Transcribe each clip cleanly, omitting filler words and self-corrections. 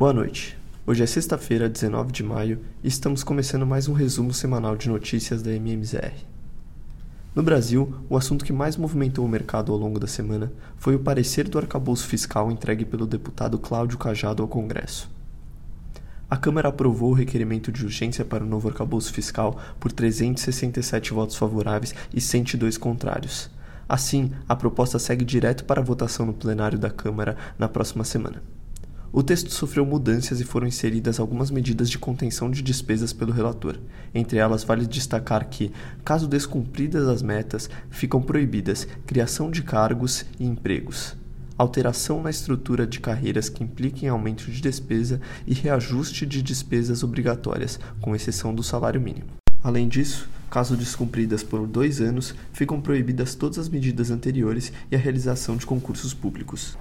Boa noite. Hoje é sexta-feira, 19 de maio, e estamos começando mais um resumo semanal de notícias da MMZR. No Brasil, o assunto que mais movimentou o mercado ao longo da semana foi o parecer do arcabouço fiscal entregue pelo deputado Cláudio Cajado ao Congresso. A Câmara aprovou o requerimento de urgência para o novo arcabouço fiscal por 367 votos favoráveis e 102 contrários. Assim, a proposta segue direto para a votação no plenário da Câmara na próxima semana. O texto sofreu mudanças e foram inseridas algumas medidas de contenção de despesas pelo relator. Entre elas, vale destacar que, caso descumpridas as metas, ficam proibidas criação de cargos e empregos, alteração na estrutura de carreiras que impliquem aumento de despesa e reajuste de despesas obrigatórias, com exceção do salário mínimo. Além disso, caso descumpridas por 2 anos, ficam proibidas todas as medidas anteriores e a realização de concursos públicos.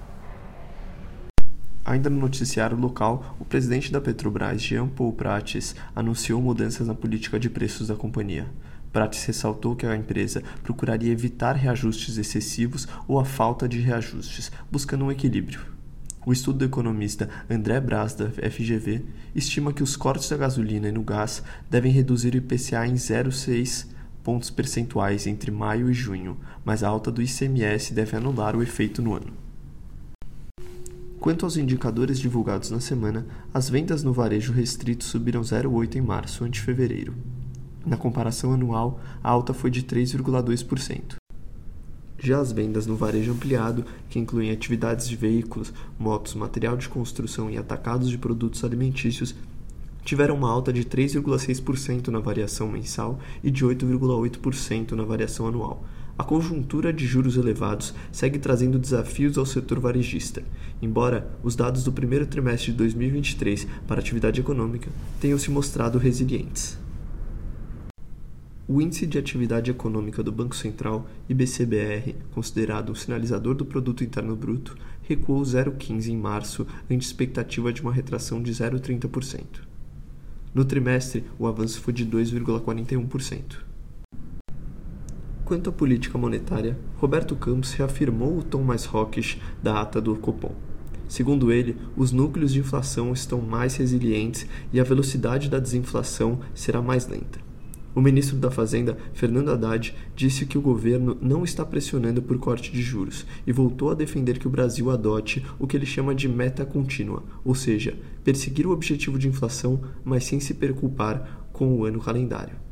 Ainda no noticiário local, o presidente da Petrobras, Jean Paul Prates, anunciou mudanças na política de preços da companhia. Prates ressaltou que a empresa procuraria evitar reajustes excessivos ou a falta de reajustes, buscando um equilíbrio. O estudo do economista André Braz, da FGV, estima que os cortes da gasolina e no gás devem reduzir o IPCA em 0,6 pontos percentuais entre maio e junho, mas a alta do ICMS deve anular o efeito no ano. Quanto aos indicadores divulgados na semana, as vendas no varejo restrito subiram 0,8% em março ante fevereiro. Na comparação anual, a alta foi de 3,2%. Já as vendas no varejo ampliado, que incluem atividades de veículos, motos, material de construção e atacados de produtos alimentícios, tiveram uma alta de 3,6% na variação mensal e de 8,8% na variação anual. A conjuntura de juros elevados segue trazendo desafios ao setor varejista, embora os dados do primeiro trimestre de 2023 para a atividade econômica tenham se mostrado resilientes. O Índice de Atividade Econômica do Banco Central, IBC-BR, considerado um sinalizador do Produto Interno Bruto, recuou 0,15% em março ante expectativa de uma retração de 0,30%. No trimestre, o avanço foi de 2,41%. Quanto à política monetária, Roberto Campos reafirmou o tom mais hawkish da ata do Copom. Segundo ele, os núcleos de inflação estão mais resilientes e a velocidade da desinflação será mais lenta. O ministro da Fazenda, Fernando Haddad, disse que o governo não está pressionando por corte de juros e voltou a defender que o Brasil adote o que ele chama de meta contínua, ou seja, perseguir o objetivo de inflação, mas sem se preocupar com o ano calendário.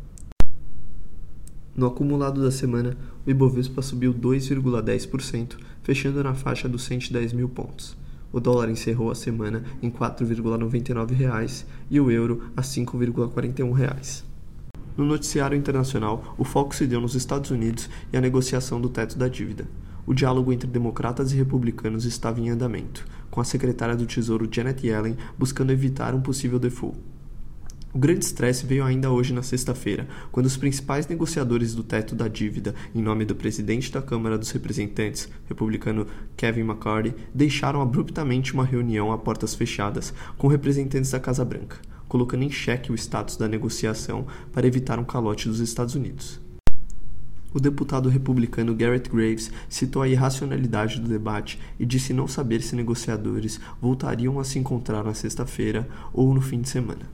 No acumulado da semana, o Ibovespa subiu 2,10%, fechando na faixa dos 110 mil pontos. O dólar encerrou a semana em R$ 4,99 e o euro a R$ 5,41. No noticiário internacional, o foco se deu nos Estados Unidos e a negociação do teto da dívida. O diálogo entre democratas e republicanos estava em andamento, com a secretária do Tesouro Janet Yellen buscando evitar um possível default. O grande estresse veio ainda hoje na sexta-feira, quando os principais negociadores do teto da dívida, em nome do presidente da Câmara dos Representantes, republicano Kevin McCarthy, deixaram abruptamente uma reunião a portas fechadas com representantes da Casa Branca, colocando em xeque o status da negociação para evitar um calote dos Estados Unidos. O deputado republicano Garrett Graves citou a irracionalidade do debate e disse não saber se negociadores voltariam a se encontrar na sexta-feira ou no fim de semana.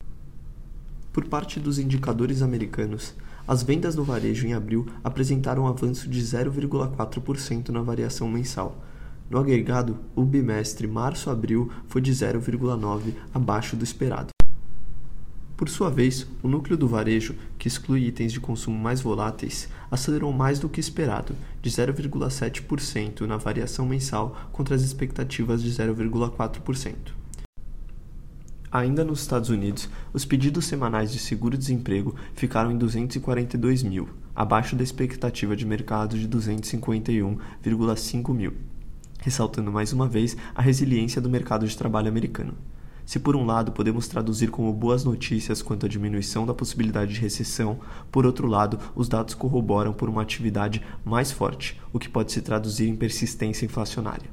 Por parte dos indicadores americanos, as vendas no varejo em abril apresentaram um avanço de 0,4% na variação mensal. No agregado, o bimestre março-abril foi de 0,9% abaixo do esperado. Por sua vez, o núcleo do varejo, que exclui itens de consumo mais voláteis, acelerou mais do que esperado, de 0,7% na variação mensal contra as expectativas de 0,4%. Ainda nos Estados Unidos, os pedidos semanais de seguro-desemprego ficaram em 242 mil, abaixo da expectativa de mercado de 251,5 mil, ressaltando mais uma vez a resiliência do mercado de trabalho americano. Se por um lado podemos traduzir como boas notícias quanto à diminuição da possibilidade de recessão, por outro lado, os dados corroboram por uma atividade mais forte, o que pode se traduzir em persistência inflacionária.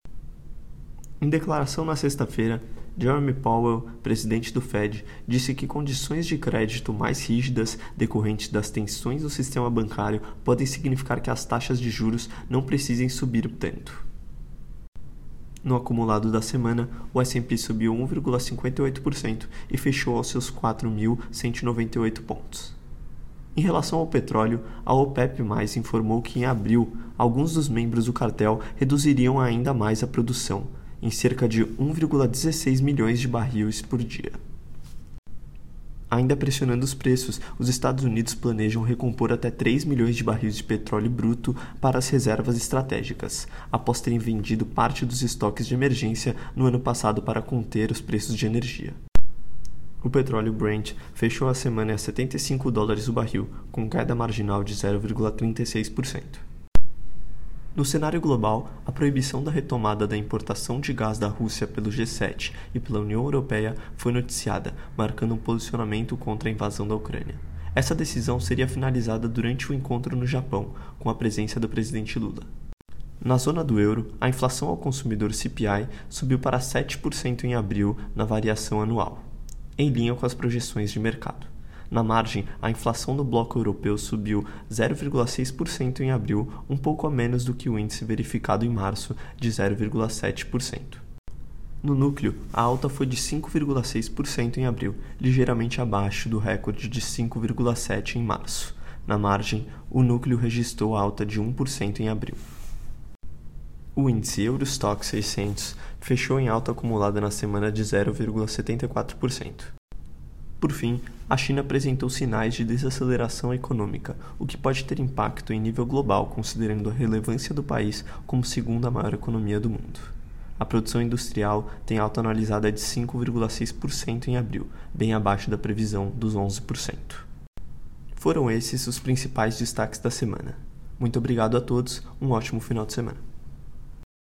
Em declaração na sexta-feira, Jerome Powell, presidente do Fed, disse que condições de crédito mais rígidas decorrentes das tensões no sistema bancário podem significar que as taxas de juros não precisem subir tanto. No acumulado da semana, o S&P subiu 1,58% e fechou aos seus 4.198 pontos. Em relação ao petróleo, a OPEP+ informou que em abril, alguns dos membros do cartel reduziriam ainda mais a produção, em cerca de 1,16 milhões de barris por dia. Ainda pressionando os preços, os Estados Unidos planejam recompor até 3 milhões de barris de petróleo bruto para as reservas estratégicas, após terem vendido parte dos estoques de emergência no ano passado para conter os preços de energia. O petróleo Brent fechou a semana a $75 o barril, com queda marginal de 0,36%. No cenário global, a proibição da retomada da importação de gás da Rússia pelo G7 e pela União Europeia foi noticiada, marcando um posicionamento contra a invasão da Ucrânia. Essa decisão seria finalizada durante o encontro no Japão, com a presença do presidente Lula. Na zona do euro, a inflação ao consumidor CPI subiu para 7% em abril na variação anual, em linha com as projeções de mercado. Na margem, a inflação do bloco europeu subiu 0,6% em abril, um pouco a menos do que o índice verificado em março, de 0,7%. No núcleo, a alta foi de 5,6% em abril, ligeiramente abaixo do recorde de 5,7% em março. Na margem, o núcleo registrou alta de 1% em abril. O índice Eurostoxx 600 fechou em alta acumulada na semana de 0,74%. Por fim, a China apresentou sinais de desaceleração econômica, o que pode ter impacto em nível global considerando a relevância do país como segunda maior economia do mundo. A produção industrial tem alta analisada de 5,6% em abril, bem abaixo da previsão dos 11%. Foram esses os principais destaques da semana. Muito obrigado a todos, um ótimo final de semana.